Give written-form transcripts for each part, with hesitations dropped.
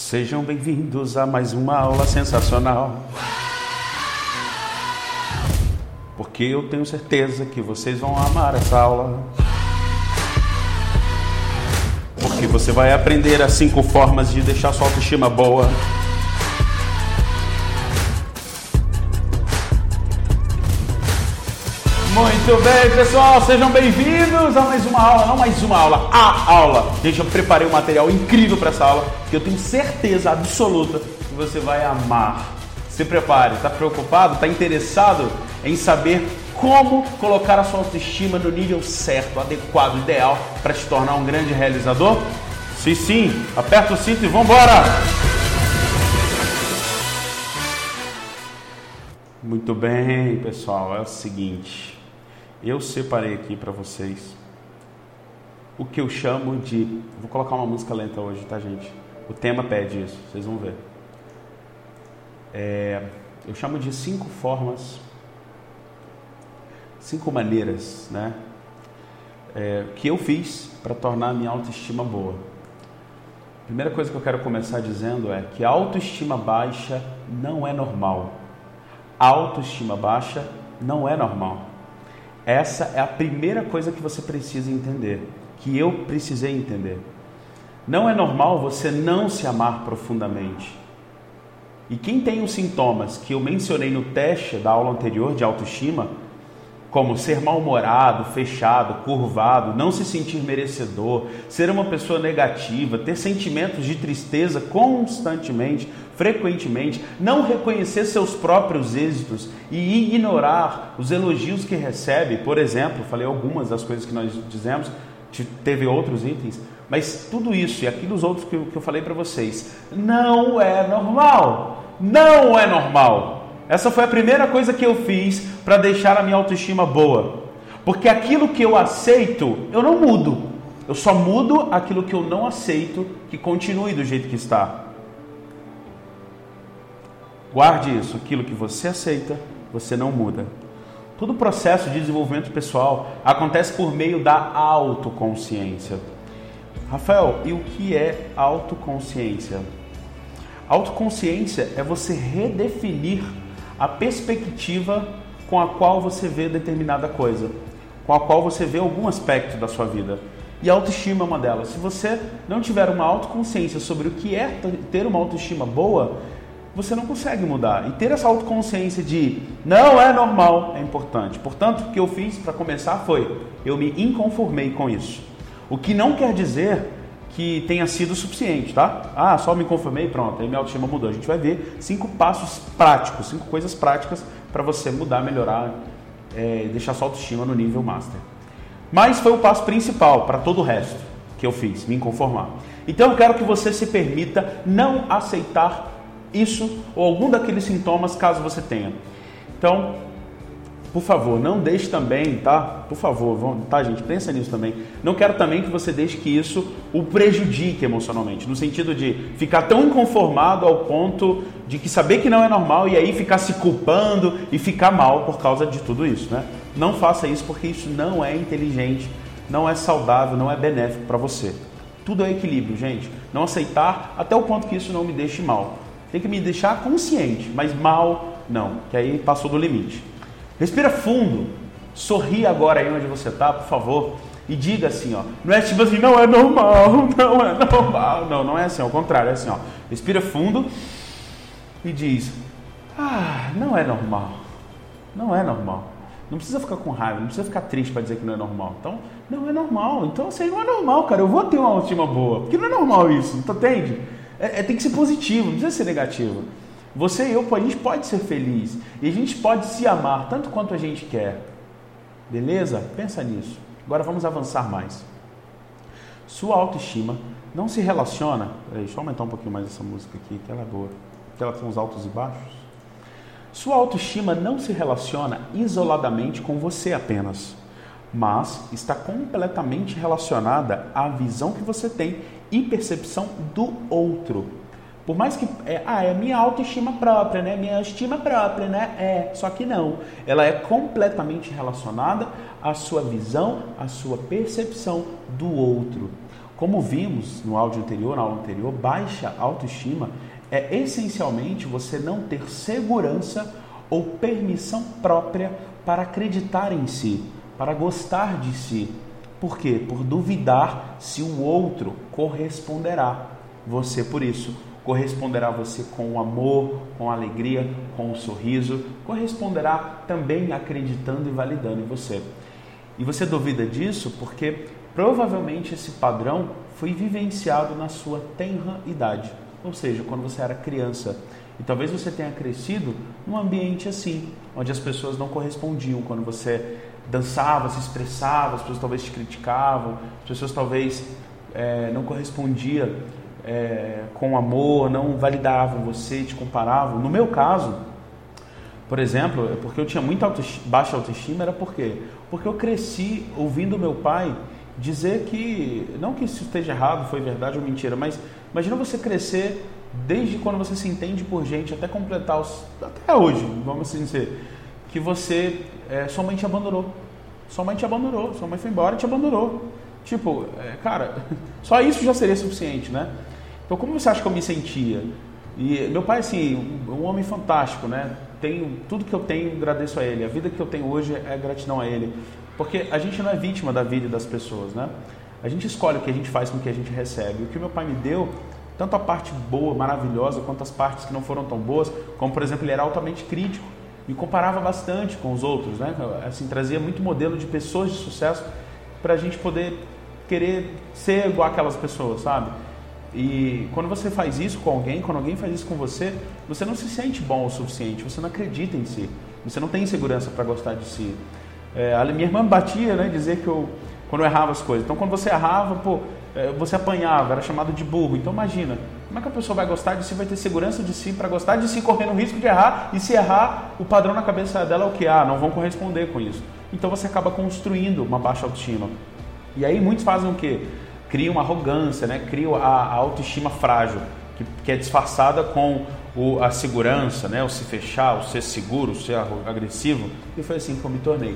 Sejam bem-vindos a mais uma aula sensacional. Porque eu tenho certeza que vocês vão amar essa aula. Porque você vai aprender as 5 formas de deixar sua autoestima boa. Muito bem, pessoal, sejam bem-vindos a mais uma aula, não mais uma aula, a aula. Gente, eu preparei um material incrível para essa aula, que eu tenho certeza absoluta que você vai amar. Se prepare, está preocupado, está interessado em saber como colocar a sua autoestima no nível certo, adequado, ideal, para te tornar um grande realizador? Se sim, aperta o cinto e vambora! Muito bem, pessoal, é o seguinte... Eu separei aqui para vocês o que eu chamo de... Vou colocar uma música lenta hoje, tá, gente? O tema pede isso, vocês vão ver. Eu chamo de 5 formas, 5 maneiras, né? Que eu fiz para tornar a minha autoestima boa. A primeira coisa que eu quero começar dizendo é que a autoestima baixa não é normal. A autoestima baixa não é normal. Essa é a primeira coisa que você precisa entender, que eu precisei entender. Não é normal você não se amar profundamente. E quem tem os sintomas que eu mencionei no teste da aula anterior de autoestima, como ser mal-humorado, fechado, curvado, não se sentir merecedor, ser uma pessoa negativa, ter sentimentos de tristeza constantemente, frequentemente, não reconhecer seus próprios êxitos e ignorar os elogios que recebe. Por exemplo, falei algumas das coisas que nós dizemos, teve outros itens, mas tudo isso e aqueles outros que eu falei para vocês, não é normal, não é normal. Essa foi a primeira coisa que eu fiz para deixar a minha autoestima boa. Porque aquilo que eu aceito, eu não mudo. Eu só mudo aquilo que eu não aceito, que continue do jeito que está. Guarde isso. Aquilo que você aceita, você não muda. Todo o processo de desenvolvimento pessoal acontece por meio da autoconsciência. Rafael, e o que é autoconsciência? Autoconsciência é você redefinir a perspectiva com a qual você vê determinada coisa, com a qual você vê algum aspecto da sua vida. E a autoestima é uma delas. Se você não tiver uma autoconsciência sobre o que é ter uma autoestima boa, você não consegue mudar. E ter essa autoconsciência de não é normal é importante. Portanto, o que eu fiz para começar foi, eu me inconformei com isso. O que não quer dizer que tenha sido suficiente, tá? Só me conformei e pronto, aí minha autoestima mudou. A gente vai ver 5 passos práticos, 5 coisas práticas para você mudar, melhorar, deixar sua autoestima no nível master. Mas foi o passo principal para todo o resto que eu fiz, me inconformar. Então eu quero que você se permita não aceitar isso ou algum daqueles sintomas caso você tenha. Então, por favor, não deixe também, tá? Por favor, tá, gente? Pensa nisso também. Não quero também que você deixe que isso o prejudique emocionalmente, no sentido de ficar tão inconformado ao ponto de que saber que não é normal e aí ficar se culpando e ficar mal por causa de tudo isso, né? Não faça isso porque isso não é inteligente, não é saudável, não é benéfico para você. Tudo é equilíbrio, gente. Não aceitar até o ponto que isso não me deixe mal. Tem que me deixar consciente, mas mal não, que aí passou do limite. Respira fundo, sorri agora aí onde você está, por favor, e diga assim, ó, não é tipo assim, não é normal, não é normal, não é assim, ao contrário, é assim, ó, respira fundo e diz, não é normal, não é normal, não precisa ficar com raiva, não precisa ficar triste para dizer que não é normal, então, não é normal, então assim, não é normal, cara, eu vou ter uma autoestima boa, porque não é normal isso, entende? Tem que ser positivo, não precisa ser negativo. Você e eu, a gente pode ser feliz e a gente pode se amar tanto quanto a gente quer. Beleza? Pensa nisso. Agora vamos avançar mais. Sua autoestima não se relaciona... Deixa eu aumentar um pouquinho mais essa música aqui, que ela é boa. Que ela tem uns altos e baixos. Sua autoestima não se relaciona isoladamente com você apenas, mas está completamente relacionada à visão que você tem e percepção do outro. Por mais que... é minha autoestima própria, né? Minha estima própria, né? Só que não. Ela é completamente relacionada à sua visão, à sua percepção do outro. Como vimos no áudio anterior, na aula anterior, baixa autoestima é essencialmente você não ter segurança ou permissão própria para acreditar em si, para gostar de si. Por quê? Por duvidar se o outro corresponderá você por isso. Corresponderá você com o amor, com a alegria, com o sorriso. Corresponderá também acreditando e validando em você. E você duvida disso porque provavelmente esse padrão foi vivenciado na sua tenra idade. Ou seja, quando você era criança. E talvez você tenha crescido num ambiente assim, onde as pessoas não correspondiam. Quando você dançava, se expressava, as pessoas talvez te criticavam, as pessoas talvez não correspondiam com amor, não validavam você, te comparavam. No meu caso, por exemplo, porque eu tinha muita baixa autoestima, era por quê? Porque eu cresci ouvindo meu pai dizer que, não que isso esteja errado, foi verdade ou mentira, mas imagina você crescer desde quando você se entende por gente até completar até hoje, vamos assim dizer, que você, sua mãe te abandonou, sua mãe foi embora e te abandonou. Tipo, cara, só isso já seria suficiente, né? Então, como você acha que eu me sentia? E meu pai, assim, um homem fantástico, né? Tudo que eu tenho, agradeço a ele. A vida que eu tenho hoje é gratidão a ele. Porque a gente não é vítima da vida das pessoas, né? A gente escolhe o que a gente faz com o que a gente recebe. O que meu pai me deu, tanto a parte boa, maravilhosa, quanto as partes que não foram tão boas, como, por exemplo, ele era altamente crítico. Me comparava bastante com os outros, né? Assim, trazia muito modelo de pessoas de sucesso para a gente poder querer ser igual aquelas pessoas, sabe? E quando você faz isso com alguém, quando alguém faz isso com você, você não se sente bom o suficiente, você não acredita em si, você não tem segurança para gostar de si. A minha irmã me batia, né, dizer que quando eu errava as coisas. Então, quando você errava, você apanhava, era chamado de burro. Então, imagina, como é que a pessoa vai gostar de si, vai ter segurança de si para gostar de si, correndo o risco de errar, e se errar, o padrão na cabeça dela é o que? Não vão corresponder com isso. Então, você acaba construindo uma baixa autoestima. E aí, muitos fazem o quê? Criam uma arrogância, né? Criam a autoestima frágil, que é disfarçada com a segurança, né? O se fechar, o ser seguro, o ser agressivo. E foi assim que eu me tornei.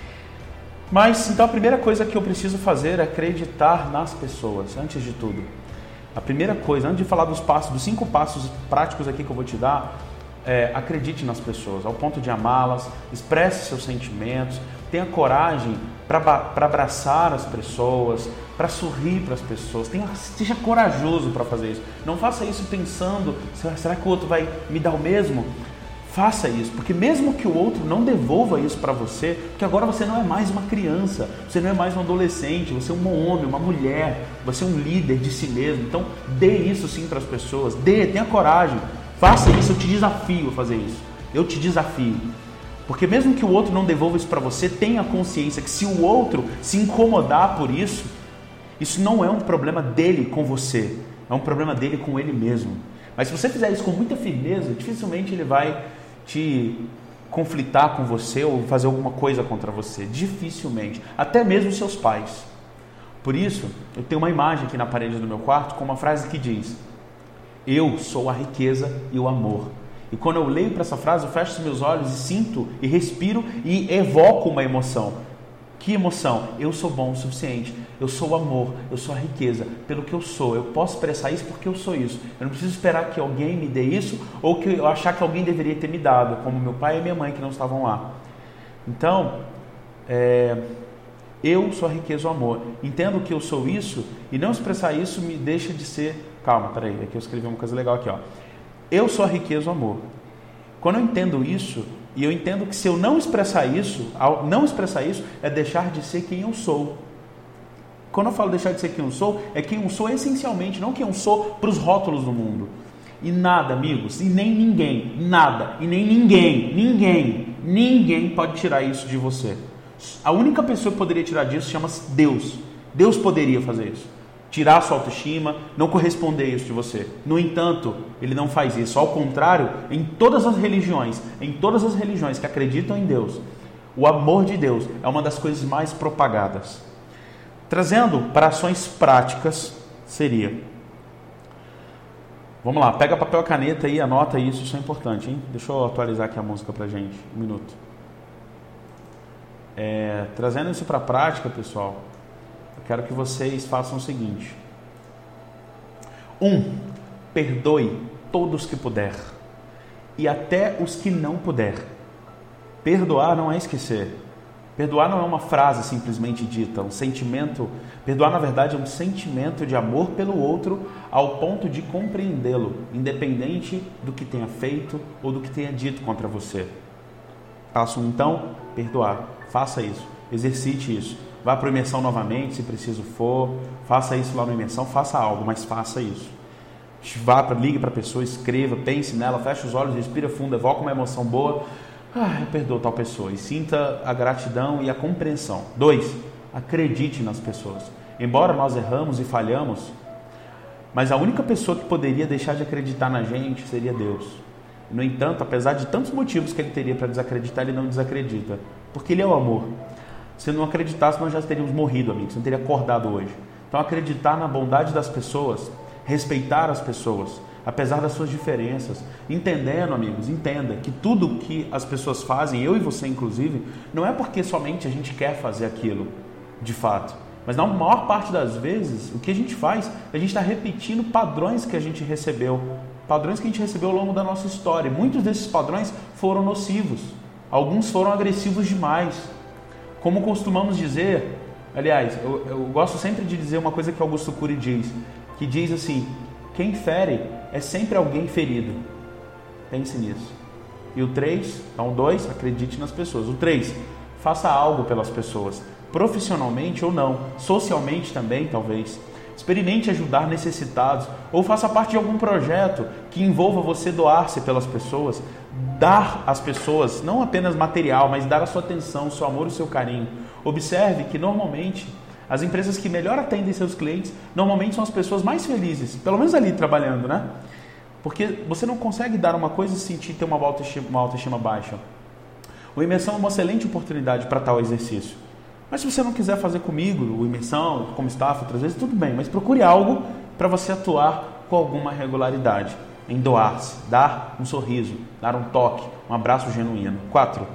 Mas, então, a primeira coisa que eu preciso fazer é acreditar nas pessoas, antes de tudo. A primeira coisa, antes de falar dos 5 passos práticos aqui que eu vou te dar, acredite nas pessoas, ao ponto de amá-las, expresse seus sentimentos, tenha coragem para abraçar as pessoas, para sorrir para as pessoas, seja corajoso para fazer isso. Não faça isso pensando, será que o outro vai me dar o mesmo? Faça isso, porque mesmo que o outro não devolva isso para você, porque agora você não é mais uma criança, você não é mais um adolescente, você é um homem, uma mulher, você é um líder de si mesmo. Então dê isso sim para as pessoas, tenha coragem, faça isso, eu te desafio a fazer isso, eu te desafio. Porque mesmo que o outro não devolva isso para você, tenha consciência que se o outro se incomodar por isso não é um problema dele com você, é um problema dele com ele mesmo. Mas se você fizer isso com muita firmeza, dificilmente ele vai te conflitar com você ou fazer alguma coisa contra você. Dificilmente. Até mesmo seus pais. Por isso, eu tenho uma imagem aqui na parede do meu quarto com uma frase que diz: eu sou a riqueza e o amor. E quando eu leio para essa frase, eu fecho os meus olhos e sinto, e respiro e evoco uma emoção. Que emoção? Eu sou bom o suficiente, eu sou o amor, eu sou a riqueza, pelo que eu sou, eu posso expressar isso porque eu sou isso. Eu não preciso esperar que alguém me dê isso, ou que eu achar que alguém deveria ter me dado, como meu pai e minha mãe que não estavam lá. Então, eu sou a riqueza e o amor. Entendo que eu sou isso, e não expressar isso me deixa de ser... Calma, peraí, aqui eu escrevi uma coisa legal aqui, ó. Eu sou a riqueza e o amor. Quando eu entendo isso, e eu entendo que se eu não expressar isso, é deixar de ser quem eu sou. Quando eu falo deixar de ser quem eu sou, é quem eu sou essencialmente, não quem eu sou para os rótulos do mundo. E nada, amigos, e nem ninguém, nada, e nem ninguém pode tirar isso de você. A única pessoa que poderia tirar disso chama-se Deus. Deus poderia fazer isso. Tirar a sua autoestima, não corresponder isso de você. No entanto, ele não faz isso. Ao contrário, em todas as religiões que acreditam em Deus, o amor de Deus é uma das coisas mais propagadas. Trazendo para ações práticas, seria... Vamos lá, pega papel e caneta aí, anota isso é importante, hein? Deixa eu atualizar aqui a música pra gente, um minuto. Trazendo isso para a prática, pessoal, eu quero que vocês façam o seguinte. Perdoe todos que puder e até os que não puder. Perdoar não é esquecer. Perdoar não é uma frase simplesmente dita, um sentimento. Perdoar, na verdade, é um sentimento de amor pelo outro ao ponto de compreendê-lo, independente do que tenha feito ou do que tenha dito contra você. Passo 1, então, perdoar. Faça isso, exercite isso. Vá para a imersão novamente, se preciso for. Faça isso lá na imersão, faça algo, mas faça isso. Ligue para a pessoa, escreva, pense nela, feche os olhos, respira fundo, evoca uma emoção boa. Eu perdoo tal pessoa. E sinta a gratidão e a compreensão. 2, acredite nas pessoas. Embora nós erramos e falhamos, mas a única pessoa que poderia deixar de acreditar na gente seria Deus. No entanto, apesar de tantos motivos que ele teria para desacreditar, ele não desacredita. Porque ele é o amor. Se não acreditasse, nós já teríamos morrido, amigos. Você não teria acordado hoje. Então, acreditar na bondade das pessoas, respeitar as pessoas, apesar das suas diferenças, entendendo, amigos, entenda que tudo que as pessoas fazem, eu e você inclusive, não é porque somente a gente quer fazer aquilo, de fato. Mas na maior parte das vezes, o que a gente faz, a gente está repetindo padrões que a gente recebeu, padrões que a gente recebeu ao longo da nossa história. Muitos desses padrões foram nocivos, alguns foram agressivos demais. Como costumamos dizer, aliás, eu gosto sempre de dizer uma coisa que Augusto Cury diz, que diz assim: quem fere é sempre alguém ferido. Pense nisso. E o 3, então 2, acredite nas pessoas. O 3, faça algo pelas pessoas, profissionalmente ou não, socialmente também talvez. Experimente ajudar necessitados ou faça parte de algum projeto que envolva você doar-se pelas pessoas, dar às pessoas, não apenas material, mas dar a sua atenção, o seu amor, o seu carinho. Observe que normalmente as empresas que melhor atendem seus clientes, normalmente são as pessoas mais felizes, pelo menos ali trabalhando, né? Porque você não consegue dar uma coisa e sentir ter uma autoestima baixa. O imersão é uma excelente oportunidade para tal exercício. Mas se você não quiser fazer comigo, o imersão, como staff, outras vezes, tudo bem. Mas procure algo para você atuar com alguma regularidade. Em doar-se, dar um sorriso, dar um toque, um abraço genuíno. 4.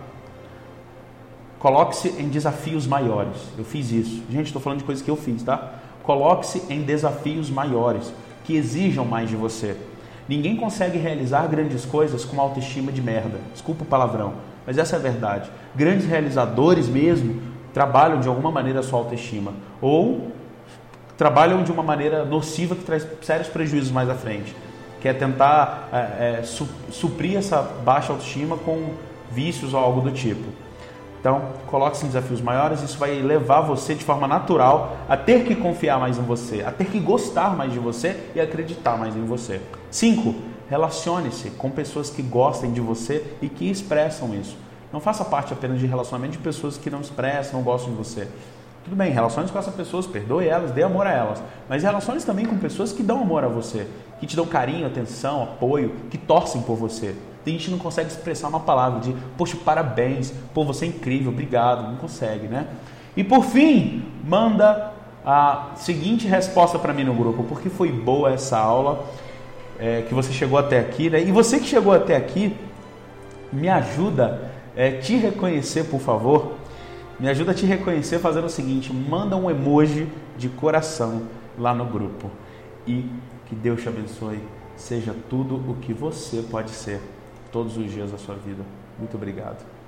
Coloque-se em desafios maiores. Eu fiz isso. Gente, estou falando de coisas que eu fiz, tá? Coloque-se em desafios maiores, que exijam mais de você. Ninguém consegue realizar grandes coisas com uma autoestima de merda. Desculpa o palavrão, mas essa é a verdade. Grandes realizadores mesmo trabalham de alguma maneira a sua autoestima. Ou trabalham de uma maneira nociva que traz sérios prejuízos mais à frente. Que é tentar suprir essa baixa autoestima com vícios ou algo do tipo. Então, coloque-se em desafios maiores, isso vai levar você de forma natural a ter que confiar mais em você, a ter que gostar mais de você e acreditar mais em você. 5. Relacione-se com pessoas que gostem de você e que expressam isso. Não faça parte apenas de relacionamento de pessoas que não expressam, não gostam de você. Tudo bem, relacione-se com essas pessoas, perdoe elas, dê amor a elas. Mas relacione-se também com pessoas que dão amor a você, que te dão carinho, atenção, apoio, que torcem por você. Tem gente que não consegue expressar uma palavra de, poxa, parabéns, pô, você é incrível, obrigado, não consegue, né? E por fim, manda a seguinte resposta para mim no grupo, porque foi boa essa aula, que você chegou até aqui, né? E você que chegou até aqui, me ajuda a te reconhecer, por favor, me ajuda a te reconhecer fazendo o seguinte, manda um emoji de coração lá no grupo. E que Deus te abençoe, seja tudo o que você pode ser todos os dias da sua vida. Muito obrigado.